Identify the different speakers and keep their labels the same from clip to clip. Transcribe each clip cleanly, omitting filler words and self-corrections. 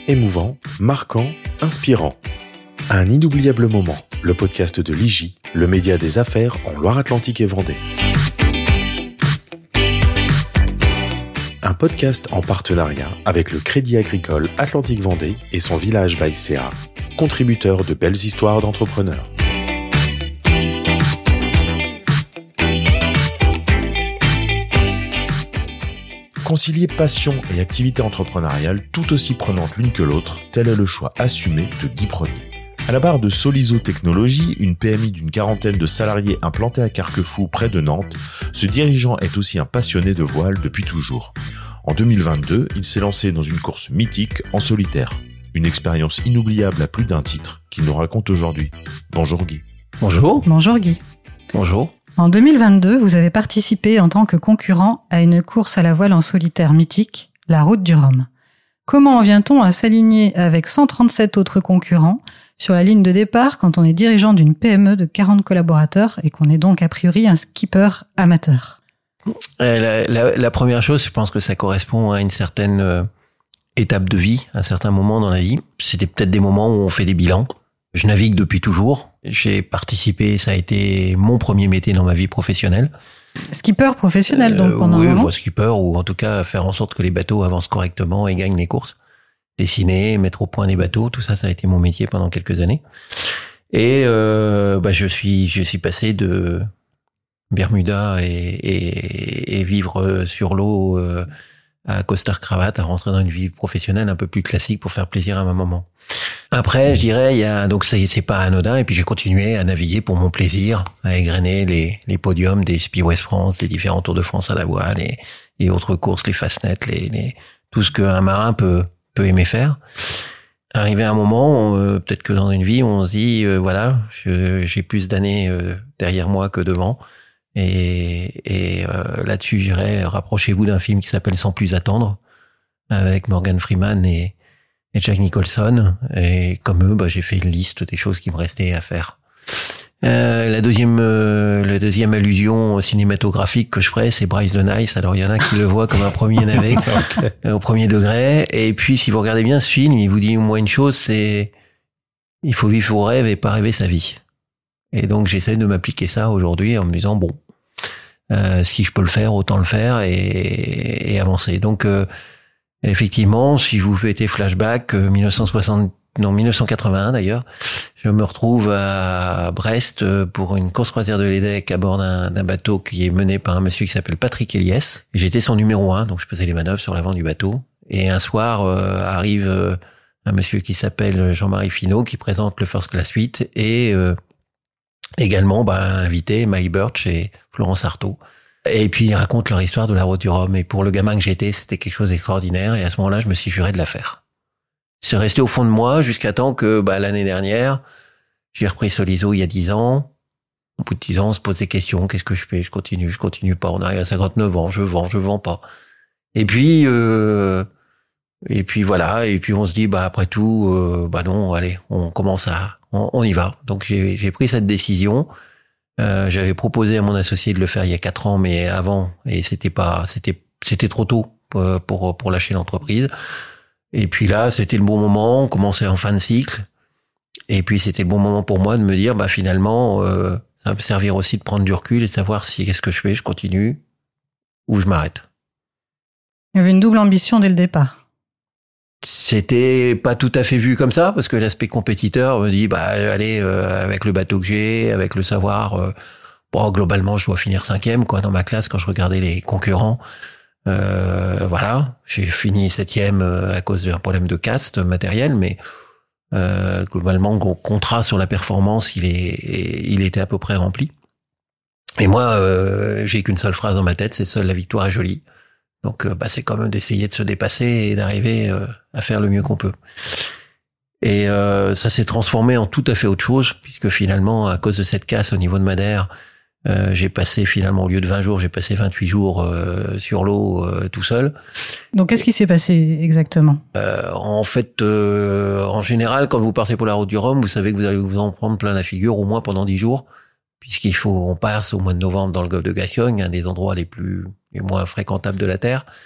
Speaker 1: Émouvant, marquant, inspirant. Un inoubliable moment, le podcast de l'IJ, le média des affaires en Loire-Atlantique et Vendée. Un podcast en partenariat avec le Crédit Agricole Atlantique Vendée et son village by CA, contributeur de belles histoires d'entrepreneurs. Concilier passion et activité entrepreneuriale tout aussi prenantes l'une que l'autre, tel est le choix assumé de Guy Prenier. À la barre de Solizo Technologies, une PMI d'une quarantaine de salariés implantée à Carquefou près de Nantes, ce dirigeant est aussi un passionné de voile depuis toujours. En 2022, il s'est lancé dans une course mythique en solitaire. Une expérience inoubliable à plus d'un titre qu'il nous raconte aujourd'hui. Bonjour Guy.
Speaker 2: Bonjour.
Speaker 3: Bonjour Guy.
Speaker 2: Bonjour.
Speaker 3: En 2022, vous avez participé en tant que concurrent à une course à la voile en solitaire mythique, la Route du Rhum. Comment en vient-on à s'aligner avec 137 autres concurrents sur la ligne de départ quand on est dirigeant d'une PME de 40 collaborateurs et qu'on est donc a priori un skipper amateur ?
Speaker 2: La première chose, je pense que ça correspond à une certaine étape de vie, un certain moment dans la vie. C'était peut-être des moments où on fait des bilans. Je navigue depuis toujours. J'ai participé, ça a été mon premier métier dans ma vie professionnelle.
Speaker 3: Skipper professionnel donc pendant un moment.
Speaker 2: Oui, skipper, ou en tout cas faire en sorte que les bateaux avancent correctement et gagnent les courses. Dessiner, mettre au point les bateaux, tout ça, ça a été mon métier pendant quelques années. Et je suis passé de Bermuda et vivre sur l'eau à costard-cravate, à rentrer dans une vie professionnelle un peu plus classique pour faire plaisir à ma maman. Après, je dirais, donc c'est pas anodin, et puis j'ai continué à naviguer pour mon plaisir, à égrener les podiums des Spi West France, les différents Tours de France à la voile et autres courses, les Fastnet, tout ce qu'un marin peut aimer faire. Arrivé à un moment, peut-être que dans une vie, on se dit, voilà, j'ai plus d'années derrière moi que devant. Et là-dessus, je dirais, rapprochez-vous d'un film qui s'appelle Sans plus attendre, avec Morgan Freeman et Jack Nicholson. Et comme eux, j'ai fait une liste des choses qui me restaient à faire. La deuxième allusion cinématographique que je ferai, c'est Bryce the Nice. Alors, il y en a qui le voient comme un premier navet, au premier degré. Et puis, si vous regardez bien ce film, il vous dit au moins une chose, c'est il faut vivre vos rêves et pas rêver sa vie. Et donc, j'essaie de m'appliquer ça aujourd'hui en me disant, bon, si je peux le faire, autant le faire et avancer. Donc, effectivement, si vous faites flashback, 1981 d'ailleurs, je me retrouve à Brest pour une course croisière de l'EDEC à bord d'un bateau qui est mené par un monsieur qui s'appelle Patrick Eliès. J'étais son numéro 1, donc je faisais les manœuvres sur l'avant du bateau. Et un soir, arrive un monsieur qui s'appelle Jean-Marie Finot, qui présente le First Class Suite, et également invité Mike Birch et Florence Artaud. Et puis ils racontent leur histoire de la Route du Rhum. Et pour le gamin que j'étais, c'était quelque chose d'extraordinaire. Et à ce moment-là, je me suis juré de la faire. C'est resté au fond de moi jusqu'à temps que l'année dernière, j'ai repris Solizo il y a 10 ans. Au bout de 10 ans, on se pose des questions. Qu'est-ce que je fais ? Je continue pas. On arrive à 59 ans. Je vends pas. Et puis voilà. Et puis on se dit, après tout, non, allez, on commence on y va. Donc j'ai pris cette décision. J'avais proposé à mon associé de le faire il y a 4 ans, mais avant, et c'était trop tôt pour lâcher l'entreprise. Et puis là, c'était le bon moment. On commençait en fin de cycle. Et puis c'était le bon moment pour moi de me dire, finalement, ça va me servir aussi de prendre du recul et de savoir si qu'est-ce que je fais, je continue ou je m'arrête.
Speaker 3: Il y avait une double ambition dès le départ.
Speaker 2: C'était pas tout à fait vu comme ça, parce que l'aspect compétiteur me dit, allez, avec le bateau que j'ai, avec le savoir, globalement, je dois finir 5e, dans ma classe, quand je regardais les concurrents. Voilà. J'ai fini 7e à cause d'un problème de caste matériel, mais, globalement, le contrat sur la performance, il était à peu près rempli. Et moi, j'ai qu'une seule phrase dans ma tête, c'est seule la victoire est jolie. Donc, c'est quand même d'essayer de se dépasser et d'arriver à faire le mieux qu'on peut. Et ça s'est transformé en tout à fait autre chose, puisque finalement, à cause de cette casse au niveau de Madère, j'ai passé finalement, au lieu de 20 jours, j'ai passé 28 jours sur l'eau tout seul.
Speaker 3: Donc, qu'est-ce qui s'est passé exactement ?
Speaker 2: En fait, en général, quand vous partez pour la Route du Rhum, vous savez que vous allez vous en prendre plein la figure, au moins pendant 10 jours, on passe au mois de novembre dans le golfe de Gascogne, un des endroits les moins fréquentables de la Terre.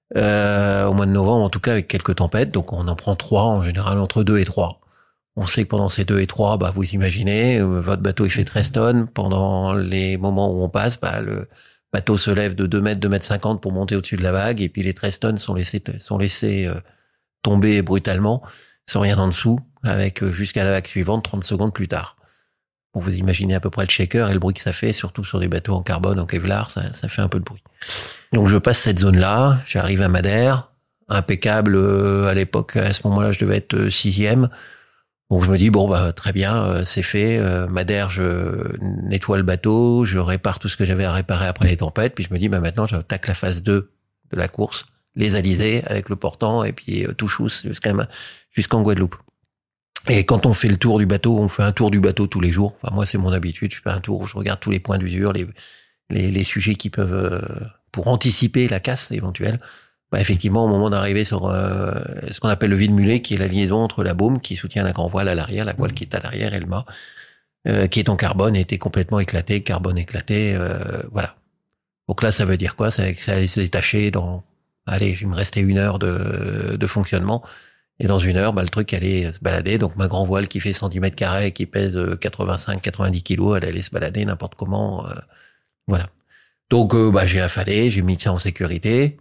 Speaker 2: au mois de novembre, en tout cas avec quelques tempêtes. Donc on en prend 3, en général entre 2 et 3. On sait que pendant ces 2 et 3, vous imaginez, votre bateau il fait 13 tonnes. Pendant les moments où on passe, le bateau se lève de 2 mètres, 2 mètres 50 pour monter au-dessus de la vague, et puis les 13 tonnes sont laissées tomber brutalement, sans rien en dessous, avec jusqu'à la vague suivante 30 secondes plus tard. Pour vous imaginer à peu près le shaker et le bruit que ça fait, surtout sur des bateaux en carbone, en Kevlar, ça fait un peu de bruit. Donc je passe cette zone-là, j'arrive à Madère, impeccable à l'époque, à ce moment-là je devais être 6e. Donc je me dis très bien, c'est fait. Madère, je nettoie le bateau, je répare tout ce que j'avais à réparer après les tempêtes, puis je me dis maintenant j'attaque la phase 2 de la course, les alizés avec le portant et puis tout chousse jusqu'en Guadeloupe. Et quand on fait le tour du bateau, on fait un tour du bateau tous les jours. Enfin moi c'est mon habitude, je fais un tour où je regarde tous les points d'usure, les sujets qui peuvent pour anticiper la casse éventuelle. Effectivement, au moment d'arriver sur ce qu'on appelle le vide-mulet, qui est la liaison entre la baume qui soutient la grand voile à l'arrière, la voile qui est à l'arrière et le mât, qui est en carbone, était complètement éclaté, carbone éclaté, voilà. Donc là, ça veut dire quoi? Ça allait se détacher il me restait 1 heure de fonctionnement, et dans 1 heure, le truc allait se balader. Donc ma grand voile qui fait 110 mètres carrés et qui pèse 85-90 kilos, elle allait se balader n'importe comment, voilà. Donc j'ai affalé, j'ai mis ça en sécurité.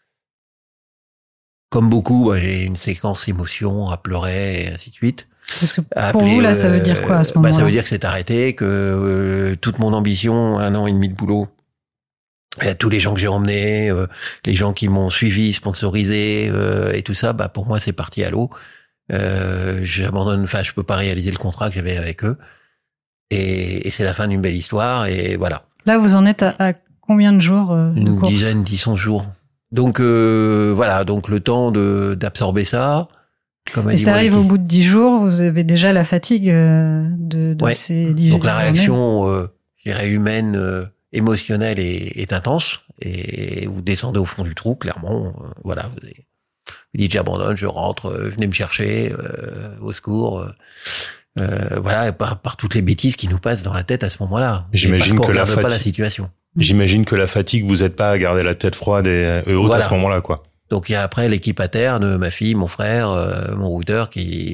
Speaker 2: Comme beaucoup, j'ai une séquence émotion à pleurer et ainsi de suite.
Speaker 3: Parce que pour vous, là, ça veut dire quoi à ce moment-là?
Speaker 2: Ça veut dire que c'est arrêté, que toute mon ambition, 1 an et demi de boulot, tous les gens que j'ai emmenés, les gens qui m'ont suivi, sponsorisé et tout ça, pour moi, c'est parti à l'eau. J'abandonne, je peux pas réaliser le contrat que j'avais avec eux. Et c'est la fin d'une belle histoire, et voilà.
Speaker 3: Là, vous en êtes à combien de jours de course?
Speaker 2: 10-11 jours. Donc voilà, donc le temps d'absorber ça.
Speaker 3: Et ça arrive au bout de 10 jours, vous avez déjà la fatigue de ces 10 jours.
Speaker 2: Donc la réaction, je dirais humaine, émotionnelle est intense, et vous descendez au fond du trou, clairement. Voilà, vous dites j'abandonne, je rentre, venez me chercher, au secours. Voilà, par toutes les bêtises qui nous passent dans la tête à ce moment-là.
Speaker 1: J'imagine que
Speaker 2: pas la situation.
Speaker 1: J'imagine que la fatigue, vous êtes pas à garder la tête froide et haute à ce moment-là, quoi.
Speaker 2: Donc il y a après l'équipe à terre de ma fille, mon frère, mon routeur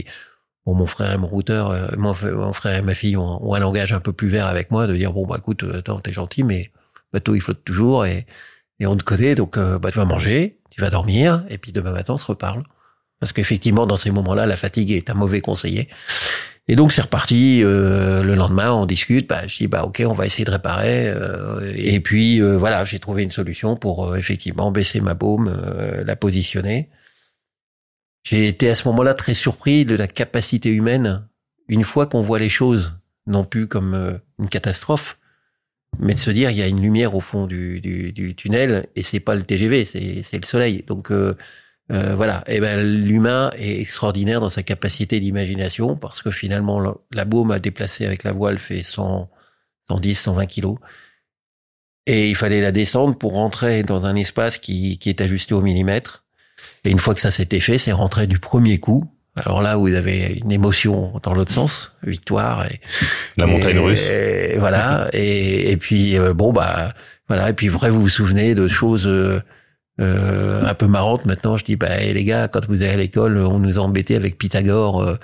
Speaker 2: mon frère et mon routeur, mon frère et ma fille ont un langage un peu plus vert avec moi, de dire écoute, attends, t'es gentil, mais le bateau il flotte toujours et on te connaît, donc tu vas manger, tu vas dormir, et puis demain matin on se reparle. Parce qu'effectivement dans ces moments-là, la fatigue est un mauvais conseiller. Et donc c'est reparti. Le lendemain, on discute. Je dis ok, on va essayer de réparer. Et puis voilà, j'ai trouvé une solution pour effectivement baisser ma baume, la positionner. J'ai été à ce moment-là très surpris de la capacité humaine, une fois qu'on voit les choses non plus comme une catastrophe, mais de se dire il y a une lumière au fond du tunnel, et c'est pas le TGV, c'est le soleil. Donc voilà, et l'humain est extraordinaire dans sa capacité d'imagination, parce que finalement la baume à déplacer avec la voile fait 110, 120 kilos, et il fallait la descendre pour rentrer dans un espace qui est ajusté au millimètre. Et une fois que ça s'était fait, c'est rentré du premier coup. Alors là, vous avez une émotion dans l'autre sens, victoire et
Speaker 1: la montagne russe.
Speaker 2: Et voilà, et puis voilà, et puis après vous vous souvenez de choses un peu marrante. Maintenant, je dis, les gars, quand vous allez à l'école, on nous a embêtés avec Pythagore.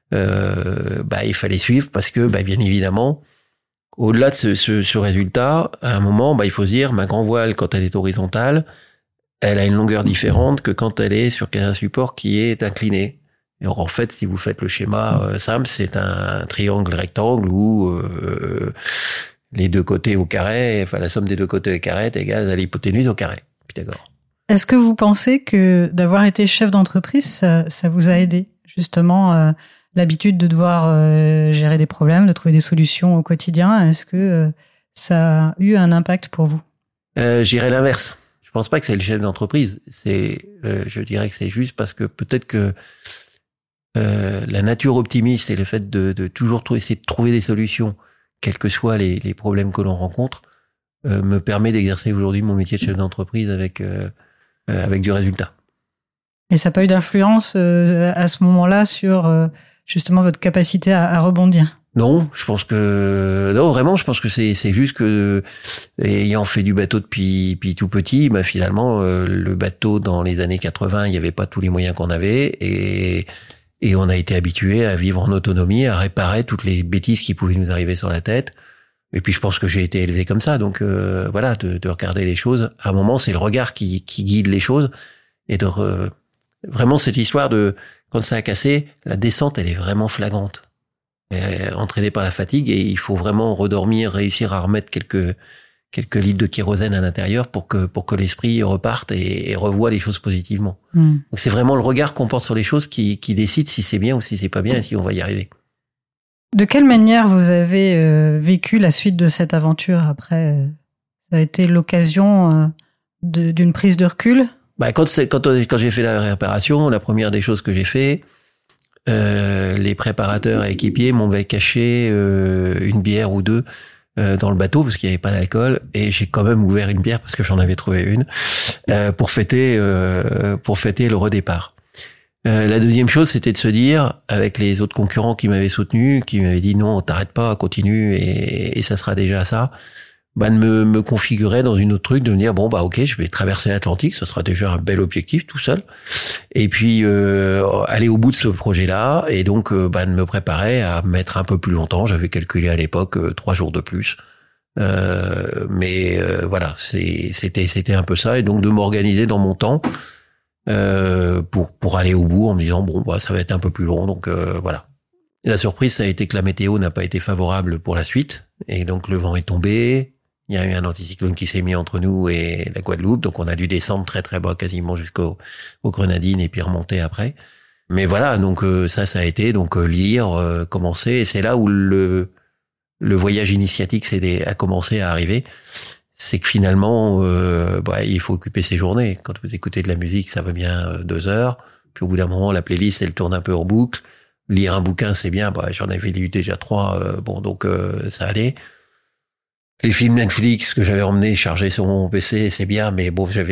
Speaker 2: Il fallait suivre, parce que, bien évidemment, au-delà de ce résultat, à un moment, il faut se dire, ma grand voile, quand elle est horizontale, elle a une longueur différente que quand elle est sur un support qui est incliné. Et en fait, si vous faites le schéma simple, c'est un triangle rectangle où les deux côtés au carré, la somme des deux côtés au carré est égale à l'hypoténuse au carré. Pythagore.
Speaker 3: Est-ce que vous pensez que d'avoir été chef d'entreprise, ça vous a aidé, justement, l'habitude de devoir gérer des problèmes, de trouver des solutions au quotidien? Est-ce que ça a eu un impact pour vous?
Speaker 2: J'irais l'inverse. Je pense pas que c'est le chef d'entreprise. Je dirais que c'est juste parce que peut-être que la nature optimiste et le fait de toujours essayer de trouver des solutions, quels que soient les problèmes que l'on rencontre, me permet d'exercer aujourd'hui mon métier de chef d'entreprise avec du résultat.
Speaker 3: Et ça n'a pas eu d'influence à ce moment-là sur justement votre capacité à rebondir?
Speaker 2: Non, je pense que c'est juste que ayant fait du bateau depuis tout petit, finalement le bateau dans les années 80, il n'y avait pas tous les moyens qu'on avait et on a été habitué à vivre en autonomie, à réparer toutes les bêtises qui pouvaient nous arriver sur la tête. Et puis je pense que j'ai été élevé comme ça, donc voilà, de regarder les choses. À un moment, c'est le regard qui guide les choses et vraiment cette histoire de quand ça a cassé, la descente, elle est vraiment flagrante. Entraîné par la fatigue et il faut vraiment redormir, réussir à remettre quelques litres de kérosène à l'intérieur pour que l'esprit reparte et revoie les choses positivement. Donc c'est vraiment le regard qu'on porte sur les choses qui décide si c'est bien ou si c'est pas bien et si on va y arriver.
Speaker 3: De quelle manière vous avez vécu la suite de cette aventure après? Ça a été l'occasion d'une prise de recul? Quand
Speaker 2: j'ai fait la réparation, la première des choses que j'ai fait, les préparateurs et équipiers m'avaient caché une bière ou deux dans le bateau parce qu'il n'y avait pas d'alcool et j'ai quand même ouvert une bière parce que j'en avais trouvé une pour fêter le redépart. La deuxième chose, c'était de se dire avec les autres concurrents qui m'avaient soutenu, qui m'avaient dit non, t'arrêtes pas, continue et ça sera déjà ça. De me configurer dans une autre truc, de me dire ok, je vais traverser l'Atlantique, ça sera déjà un bel objectif tout seul. Et puis aller au bout de ce projet-là et donc de me préparer à mettre un peu plus longtemps. J'avais calculé à l'époque 3 jours de plus. Mais voilà, c'était un peu ça et donc de m'organiser dans mon temps pour aller au bout en me disant ça va être un peu plus long donc voilà. Et la surprise, ça a été que la météo n'a pas été favorable pour la suite et donc le vent est tombé. Il y a eu un anticyclone qui s'est mis entre nous et la Guadeloupe, donc on a dû descendre très très bas, quasiment jusqu'aux Grenadines et puis remonter après. Mais voilà, donc ça a été donc lire, commencer, et c'est là où le voyage initiatique a commencé à arriver. C'est que finalement, il faut occuper ses journées. Quand vous écoutez de la musique, ça va bien 2 heures. Puis au bout d'un moment, la playlist elle tourne un peu en boucle. Lire un bouquin, c'est bien. J'en avais lu déjà 3, donc ça allait. Les films Netflix que j'avais emmenés chargés sur mon PC, c'est bien, mais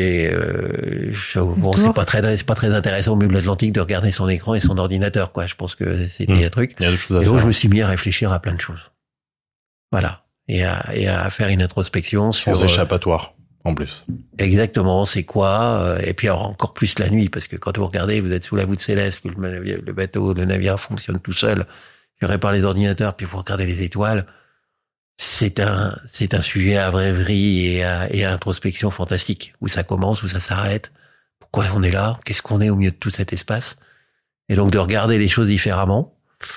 Speaker 2: c'est pas très intéressant au milieu de l'Atlantique de regarder son écran et son ordinateur, quoi. Je pense que c'était un truc.
Speaker 1: Il y a d'autres choses à
Speaker 2: et
Speaker 1: faire.
Speaker 2: donc je me suis mis à réfléchir à plein de choses. Voilà. Et à faire une introspection
Speaker 1: sans échappatoire, en plus.
Speaker 2: Exactement, c'est quoi, et puis alors encore plus la nuit, parce que quand vous regardez, vous êtes sous la voûte céleste, que le bateau, le navire fonctionne tout seul, je répare les ordinateurs, puis vous regardez les étoiles. C'est un sujet à rêverie et à introspection fantastique. Où ça commence, où ça s'arrête. Pourquoi on est là? Qu'est-ce qu'on est au milieu de tout cet espace? Et donc de regarder les choses différemment.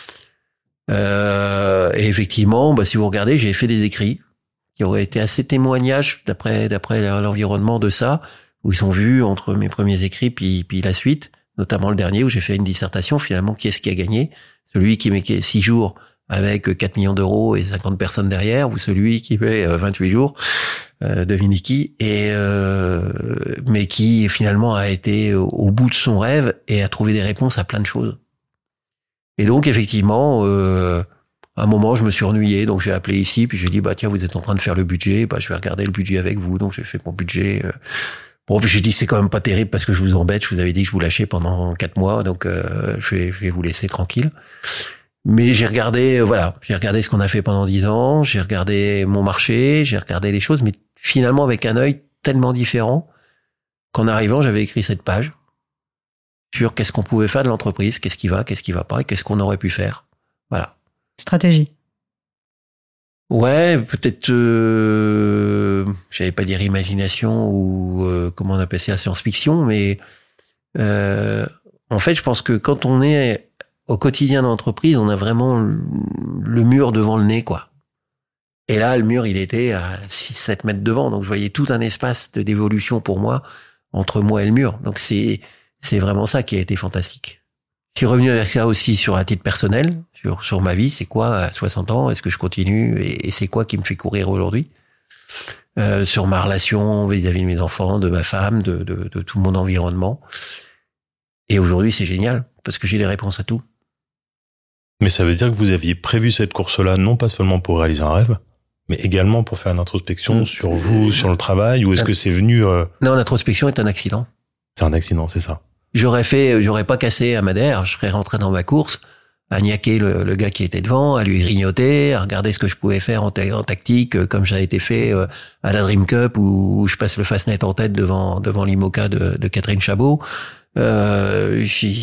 Speaker 2: Et effectivement, si vous regardez, j'ai fait des écrits qui auraient été assez témoignages d'après l'environnement de ça, où ils sont vus entre mes premiers écrits puis la suite, notamment le dernier où j'ai fait une dissertation finalement qui est-ce qui a gagné? Celui qui met 6 jours avec 4 millions d'euros et 50 personnes derrière, ou celui qui fait 28 jours, devinez qui, mais qui finalement a été au bout de son rêve et a trouvé des réponses à plein de choses. Et donc effectivement, à un moment je me suis ennuyé, donc j'ai appelé ici, puis j'ai dit tiens, vous êtes en train de faire le budget, je vais regarder le budget avec vous, donc j'ai fait mon budget. Puis j'ai dit c'est quand même pas terrible parce que je vous embête, je vous avais dit que je vous lâchais pendant 4 mois, donc je vais vous laisser tranquille. Mais j'ai regardé ce qu'on a fait pendant 10 ans, j'ai regardé mon marché, j'ai regardé les choses, mais finalement avec un œil tellement différent qu'en arrivant, j'avais écrit cette page sur qu'est-ce qu'on pouvait faire de l'entreprise, qu'est-ce qui va pas, et qu'est-ce qu'on aurait pu faire. Voilà.
Speaker 3: Stratégie.
Speaker 2: Ouais, peut-être, j'allais pas dire imagination ou comment on appelle ça, science-fiction, mais en fait, je pense que quand on est au quotidien d'entreprise, on a vraiment le mur devant le nez, quoi. Et là, le mur, il était à 6-7 mètres devant, donc je voyais tout un espace d'évolution pour moi entre moi et le mur. Donc c'est vraiment ça qui a été fantastique. Je suis revenu avec ça aussi sur un titre personnel, sur ma vie, c'est quoi à 60 ans, est-ce que je continue et c'est quoi qui me fait courir aujourd'hui, sur ma relation vis-à-vis de mes enfants, de ma femme, de tout mon environnement. Et aujourd'hui, c'est génial parce que j'ai les réponses à tout.
Speaker 1: Mais ça veut dire que vous aviez prévu cette course-là, non pas seulement pour réaliser un rêve, mais également pour faire une introspection sur vous, sur le travail, ou est-ce que c'est venu...
Speaker 2: Non, l'introspection est un accident.
Speaker 1: C'est un accident, c'est ça.
Speaker 2: J'aurais pas cassé à Madère, je serais rentré dans ma course à niaquer le gars qui était devant, à lui grignoter, à regarder ce que je pouvais faire en tactique, comme ça a été fait à la Dream Cup où je passe le Fastnet en tête devant l'IMOCA de Catherine Chabot. Voilà,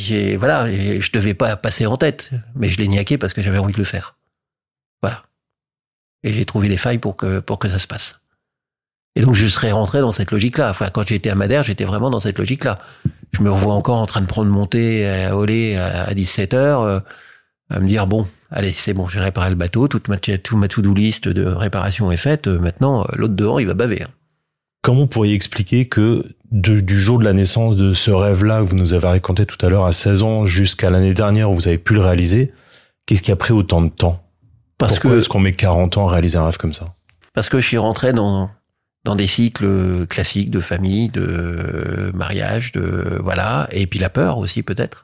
Speaker 2: je devais pas passer en tête, mais je l'ai niaqué parce que j'avais envie de le faire. Voilà. Et j'ai trouvé les failles pour que ça se passe. Et donc je serais rentré dans cette logique-là. Enfin, quand j'étais à Madère, j'étais vraiment dans cette logique-là. Je me revois encore en train de prendre montée à Olé à 17h, à me dire bon, allez, c'est bon, j'ai réparé le bateau, toute ma to-do list de réparation est faite. Maintenant, l'autre devant, il va baver.
Speaker 4: Comment vous pourriez expliquer que du jour de la naissance de ce rêve-là que vous nous avez raconté tout à l'heure à 16 ans jusqu'à l'année dernière où vous avez pu le réaliser, qu'est-ce qui a pris autant de temps? Pourquoi est-ce qu'on met 40 ans à réaliser un rêve comme ça?
Speaker 2: Parce que je suis rentré dans des cycles classiques de famille, de mariage, voilà, et puis la peur aussi peut-être.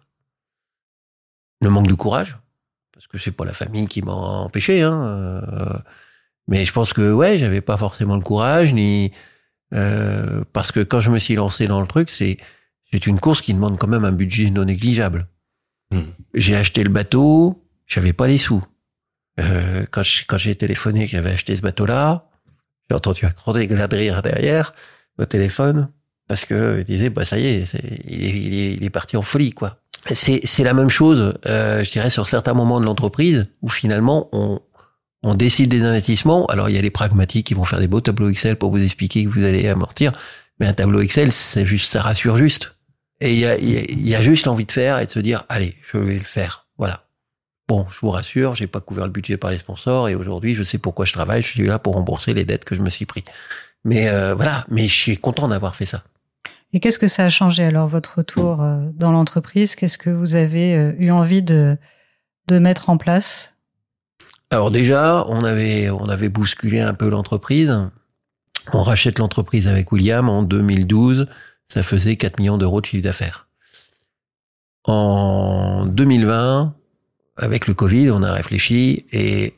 Speaker 2: Le manque de courage, parce que c'est pas la famille qui m'a empêché, mais je pense que j'avais pas forcément le courage parce que quand je me suis lancé dans le truc, c'est une course qui demande quand même un budget non négligeable. J'ai acheté le bateau, j'avais pas les sous. Quand j'ai téléphoné que j'avais acheté ce bateau-là, j'ai entendu un grand éclat de rire derrière au téléphone parce que il disait ça y est, il est parti en folie quoi. C'est la même chose, je dirais sur certains moments de l'entreprise où finalement on décide des investissements. Alors il y a les pragmatiques qui vont faire des beaux tableaux Excel pour vous expliquer que vous allez amortir, mais un tableau Excel ça rassure juste. Et il y a juste l'envie de faire et de se dire allez, je vais le faire. Voilà. Bon, je vous rassure, j'ai pas couvert le budget par les sponsors et aujourd'hui, je sais pourquoi je travaille, je suis là pour rembourser les dettes que je me suis pris. Mais voilà, mais je suis content d'avoir fait ça.
Speaker 3: Et qu'est-ce que ça a changé alors votre retour dans l'entreprise? Qu'est-ce que vous avez eu envie de mettre en place?
Speaker 2: Alors déjà, on avait bousculé un peu l'entreprise. On rachète l'entreprise avec William en 2012, ça faisait 4 millions d'euros de chiffre d'affaires. En 2020, avec le Covid, on a réfléchi et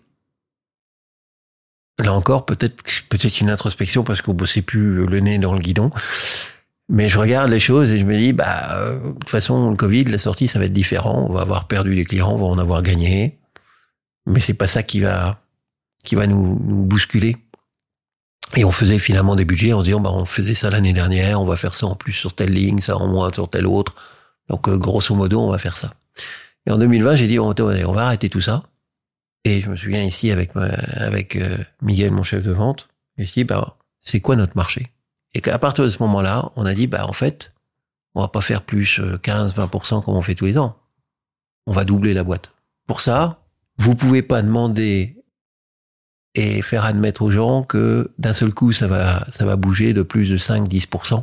Speaker 2: là encore, peut-être une introspection parce qu'on bossait plus le nez dans le guidon. Mais je regarde les choses et je me dis, de toute façon, le Covid, la sortie, ça va être différent. On va avoir perdu des clients, on va en avoir gagné. Mais c'est pas ça qui va nous bousculer. Et on faisait finalement des budgets en se disant, on faisait ça l'année dernière, on va faire ça en plus sur telle ligne, ça en moins sur telle autre. Donc, grosso modo, on va faire ça. Et en 2020, j'ai dit, on va arrêter tout ça. Et je me souviens ici avec Miguel, mon chef de vente, et je dis, c'est quoi notre marché? Et qu'à partir de ce moment-là, on a dit, en fait, on va pas faire plus 15-20% comme on fait tous les ans. On va doubler la boîte. Pour ça, vous pouvez pas demander et faire admettre aux gens que d'un seul coup, ça va bouger de plus de 5-10%.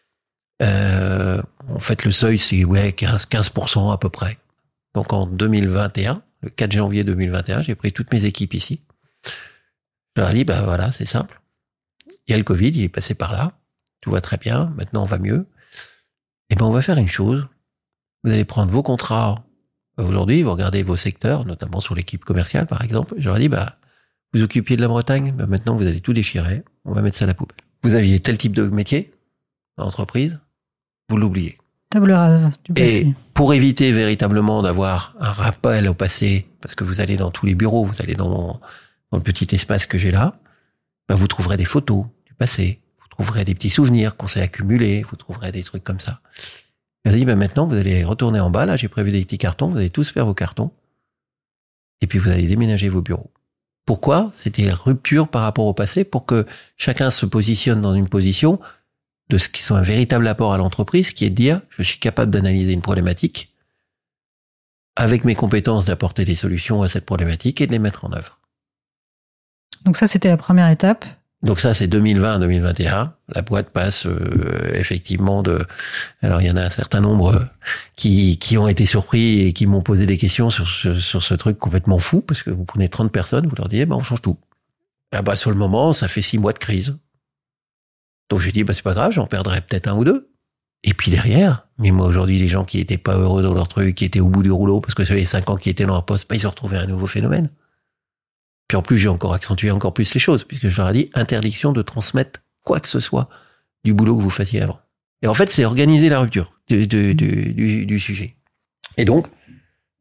Speaker 2: En fait, le seuil, c'est 15% à peu près. Donc en 2021, le 4 janvier 2021, j'ai pris toutes mes équipes ici. Je leur ai dit, voilà, c'est simple. Il y a le Covid, il est passé par là. Tout va très bien. Maintenant, on va mieux. On va faire une chose. Vous allez prendre vos contrats. Aujourd'hui, vous regardez vos secteurs, notamment sur l'équipe commerciale, par exemple. Je leur ai dit, vous occupiez de la Bretagne. Maintenant, vous allez tout déchirer. On va mettre ça à la poubelle. Vous aviez tel type de métier dans l'entreprise. Vous l'oubliez.
Speaker 3: Table rase du passé.
Speaker 2: Et pour éviter véritablement d'avoir un rappel au passé, parce que vous allez dans tous les bureaux, vous allez dans le petit espace que j'ai là, vous trouverez des photos du passé, vous trouverez des petits souvenirs qu'on s'est accumulés, vous trouverez des trucs comme ça. Elle a dit, maintenant, vous allez retourner en bas, là, j'ai prévu des petits cartons, vous allez tous faire vos cartons, et puis vous allez déménager vos bureaux. Pourquoi? C'était la rupture par rapport au passé, pour que chacun se positionne dans une position de ce qui soit un véritable apport à l'entreprise, qui est de dire, je suis capable d'analyser une problématique, avec mes compétences d'apporter des solutions à cette problématique et de les mettre en œuvre.
Speaker 3: Donc ça, c'était la première étape.
Speaker 2: Donc ça, c'est 2020-2021. La boîte passe effectivement Alors, il y en a un certain nombre qui ont été surpris et qui m'ont posé des questions sur ce truc complètement fou, parce que vous prenez 30 personnes, vous leur dites, on change tout. Sur le moment, ça fait 6 mois de crise. Donc j'ai dit, c'est pas grave, j'en perdrai peut-être 1 ou 2. Et puis derrière, mais moi aujourd'hui, les gens qui étaient pas heureux dans leur truc, qui étaient au bout du rouleau, parce que ça fait 5 ans qu'ils étaient dans leur poste, ils ont retrouvé un nouveau phénomène. Puis en plus, j'ai encore accentué encore plus les choses, puisque je leur ai dit, interdiction de transmettre quoi que ce soit du boulot que vous fassiez avant. Et en fait, c'est organiser la rupture du sujet. Et donc,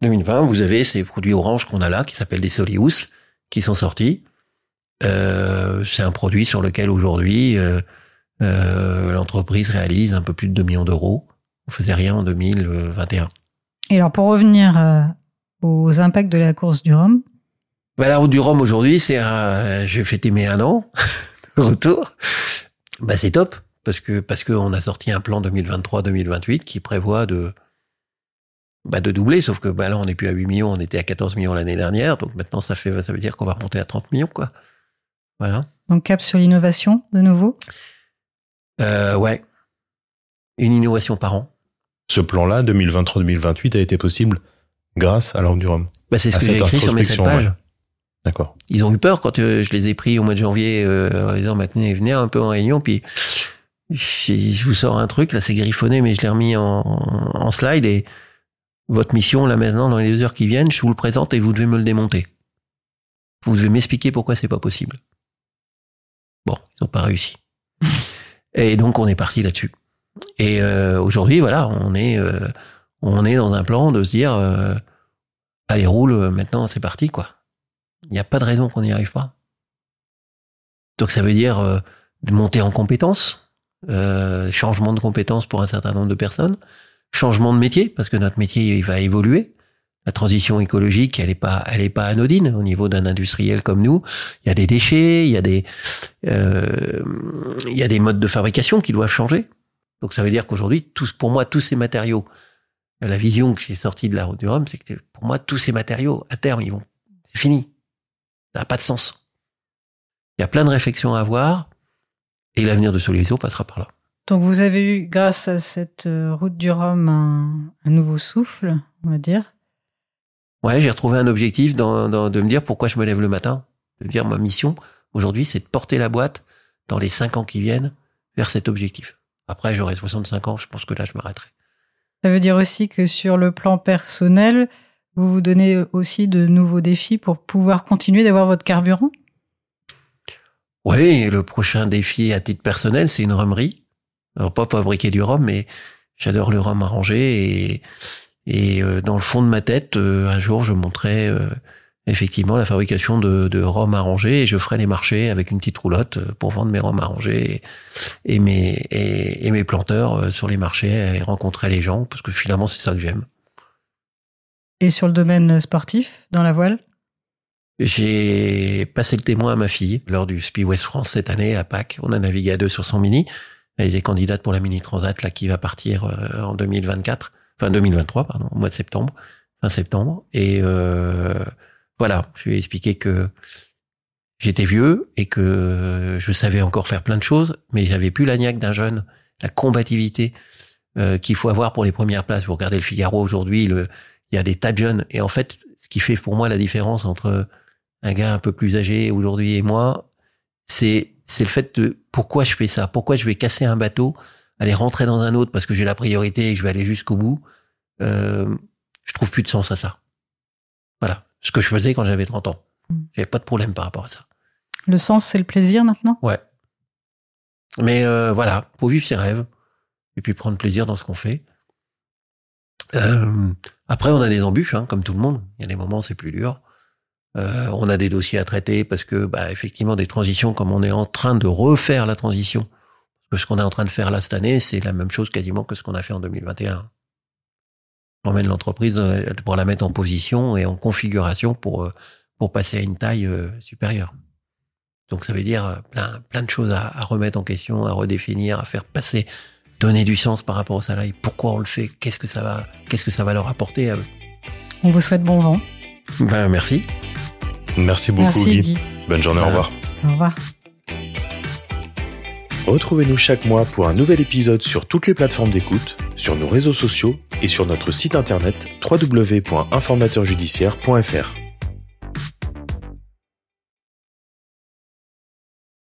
Speaker 2: 2020, vous avez ces produits Orange qu'on a là, qui s'appellent des Solius, qui sont sortis. C'est un produit sur lequel aujourd'hui l'entreprise réalise un peu plus de 2 millions d'euros. On faisait rien en 2021.
Speaker 3: Et alors, pour revenir aux impacts de la course du Rhum.
Speaker 2: La route du Rhum aujourd'hui, je vais fêter mes 1 an de retour. C'est top parce que on a sorti un plan 2023-2028 qui prévoit de doubler, sauf que là on n'est plus à 8 millions, on était à 14 millions l'année dernière, donc maintenant ça veut dire qu'on va remonter à 30 millions quoi. Voilà.
Speaker 3: Donc cap sur l'innovation de nouveau.
Speaker 2: Ouais. Une innovation par an.
Speaker 4: Ce plan-là, 2023-2028, a été possible grâce à la route du Rhum.
Speaker 2: C'est ce que j'ai écrit sur mes 7 pages.
Speaker 4: Ouais. D'accord.
Speaker 2: Ils ont eu peur quand je les ai pris au mois de janvier en les disant maintenant venez un peu en réunion, puis je vous sors un truc, là c'est griffonné, mais je l'ai remis en slide et votre mission là maintenant dans les 2 heures qui viennent, je vous le présente et vous devez me le démonter. Vous devez m'expliquer pourquoi c'est pas possible. Bon, ils ont pas réussi. Et donc on est parti là-dessus. Et aujourd'hui, voilà, on est dans un plan de se dire allez roule, maintenant c'est parti quoi. Il n'y a pas de raison qu'on n'y arrive pas. Donc ça veut dire de monter en compétences, changement de compétences pour un certain nombre de personnes, changement de métier parce que notre métier il va évoluer. La transition écologique, elle est pas anodine au niveau d'un industriel comme nous. Il y a des déchets, il y a des modes de fabrication qui doivent changer. Donc ça veut dire qu'aujourd'hui, pour moi, tous ces matériaux, la vision que j'ai sortie de la route du Rhum, c'est que pour moi, tous ces matériaux, à terme, c'est fini. Ça n'a pas de sens. Il y a plein de réflexions à avoir et l'avenir de Soliso passera par là.
Speaker 3: Donc vous avez eu, grâce à cette route du Rhum, un nouveau souffle, on va dire.
Speaker 2: Ouais, j'ai retrouvé un objectif de me dire pourquoi je me lève le matin. De me dire ma mission aujourd'hui, c'est de porter la boîte dans les 5 ans qui viennent vers cet objectif. Après, j'aurai 65 ans, je pense que là, je m'arrêterai.
Speaker 3: Ça veut dire aussi que sur le plan personnel, vous vous donnez aussi de nouveaux défis pour pouvoir continuer d'avoir votre carburant?
Speaker 2: Oui, le prochain défi à titre personnel, c'est une rhumerie. Alors, pas fabriquer du rhum, mais j'adore le rhum arrangé et dans le fond de ma tête, un jour, je monterai effectivement la fabrication de rhum arrangé et je ferai les marchés avec une petite roulotte pour vendre mes rhums arrangés et mes planteurs sur les marchés et rencontrer les gens parce que finalement, c'est ça que j'aime.
Speaker 3: Et sur le domaine sportif, dans la voile?
Speaker 2: J'ai passé le témoin à ma fille lors du Speed West France cette année à Pâques. On a navigué à 2 sur son mini. Elle est candidate pour la Mini Transat là qui va partir en 2023, au mois de septembre, fin septembre. Et voilà, je lui ai expliqué que j'étais vieux et que je savais encore faire plein de choses, mais j'avais plus la niaque d'un jeune, la combativité qu'il faut avoir pour les premières places. Vous regardez le Figaro aujourd'hui, il y a des tas de jeunes. Et en fait, ce qui fait pour moi la différence entre un gars un peu plus âgé aujourd'hui et moi, c'est le fait de pourquoi je fais ça, pourquoi je vais casser un bateau, aller rentrer dans un autre parce que j'ai la priorité et que je vais aller jusqu'au bout. Je trouve plus de sens à ça. Voilà, ce que je faisais quand j'avais 30 ans. J'avais pas de problème par rapport à ça.
Speaker 3: Le sens, c'est le plaisir maintenant?
Speaker 2: Ouais. Mais voilà, faut vivre ses rêves et puis prendre plaisir dans ce qu'on fait. Après, on a des embûches, comme tout le monde. Il y a des moments, c'est plus dur. On a des dossiers à traiter parce que, effectivement, des transitions, comme on est en train de refaire la transition, parce que ce qu'on est en train de faire là cette année, c'est la même chose quasiment que ce qu'on a fait en 2021. On emmène l'entreprise pour la mettre en position et en configuration pour passer à une taille supérieure. Donc ça veut dire plein de choses à remettre en question, à redéfinir, à faire passer, donner du sens par rapport au salarié. Pourquoi on le fait? Qu'est-ce que ça va leur apporter à eux?
Speaker 3: On vous souhaite bon vent.
Speaker 2: Merci.
Speaker 4: Merci beaucoup, Guy. Bonne journée, au revoir.
Speaker 3: Au revoir.
Speaker 1: Retrouvez-nous chaque mois pour un nouvel épisode sur toutes les plateformes d'écoute, sur nos réseaux sociaux et sur notre site internet www.informateurjudiciaire.fr.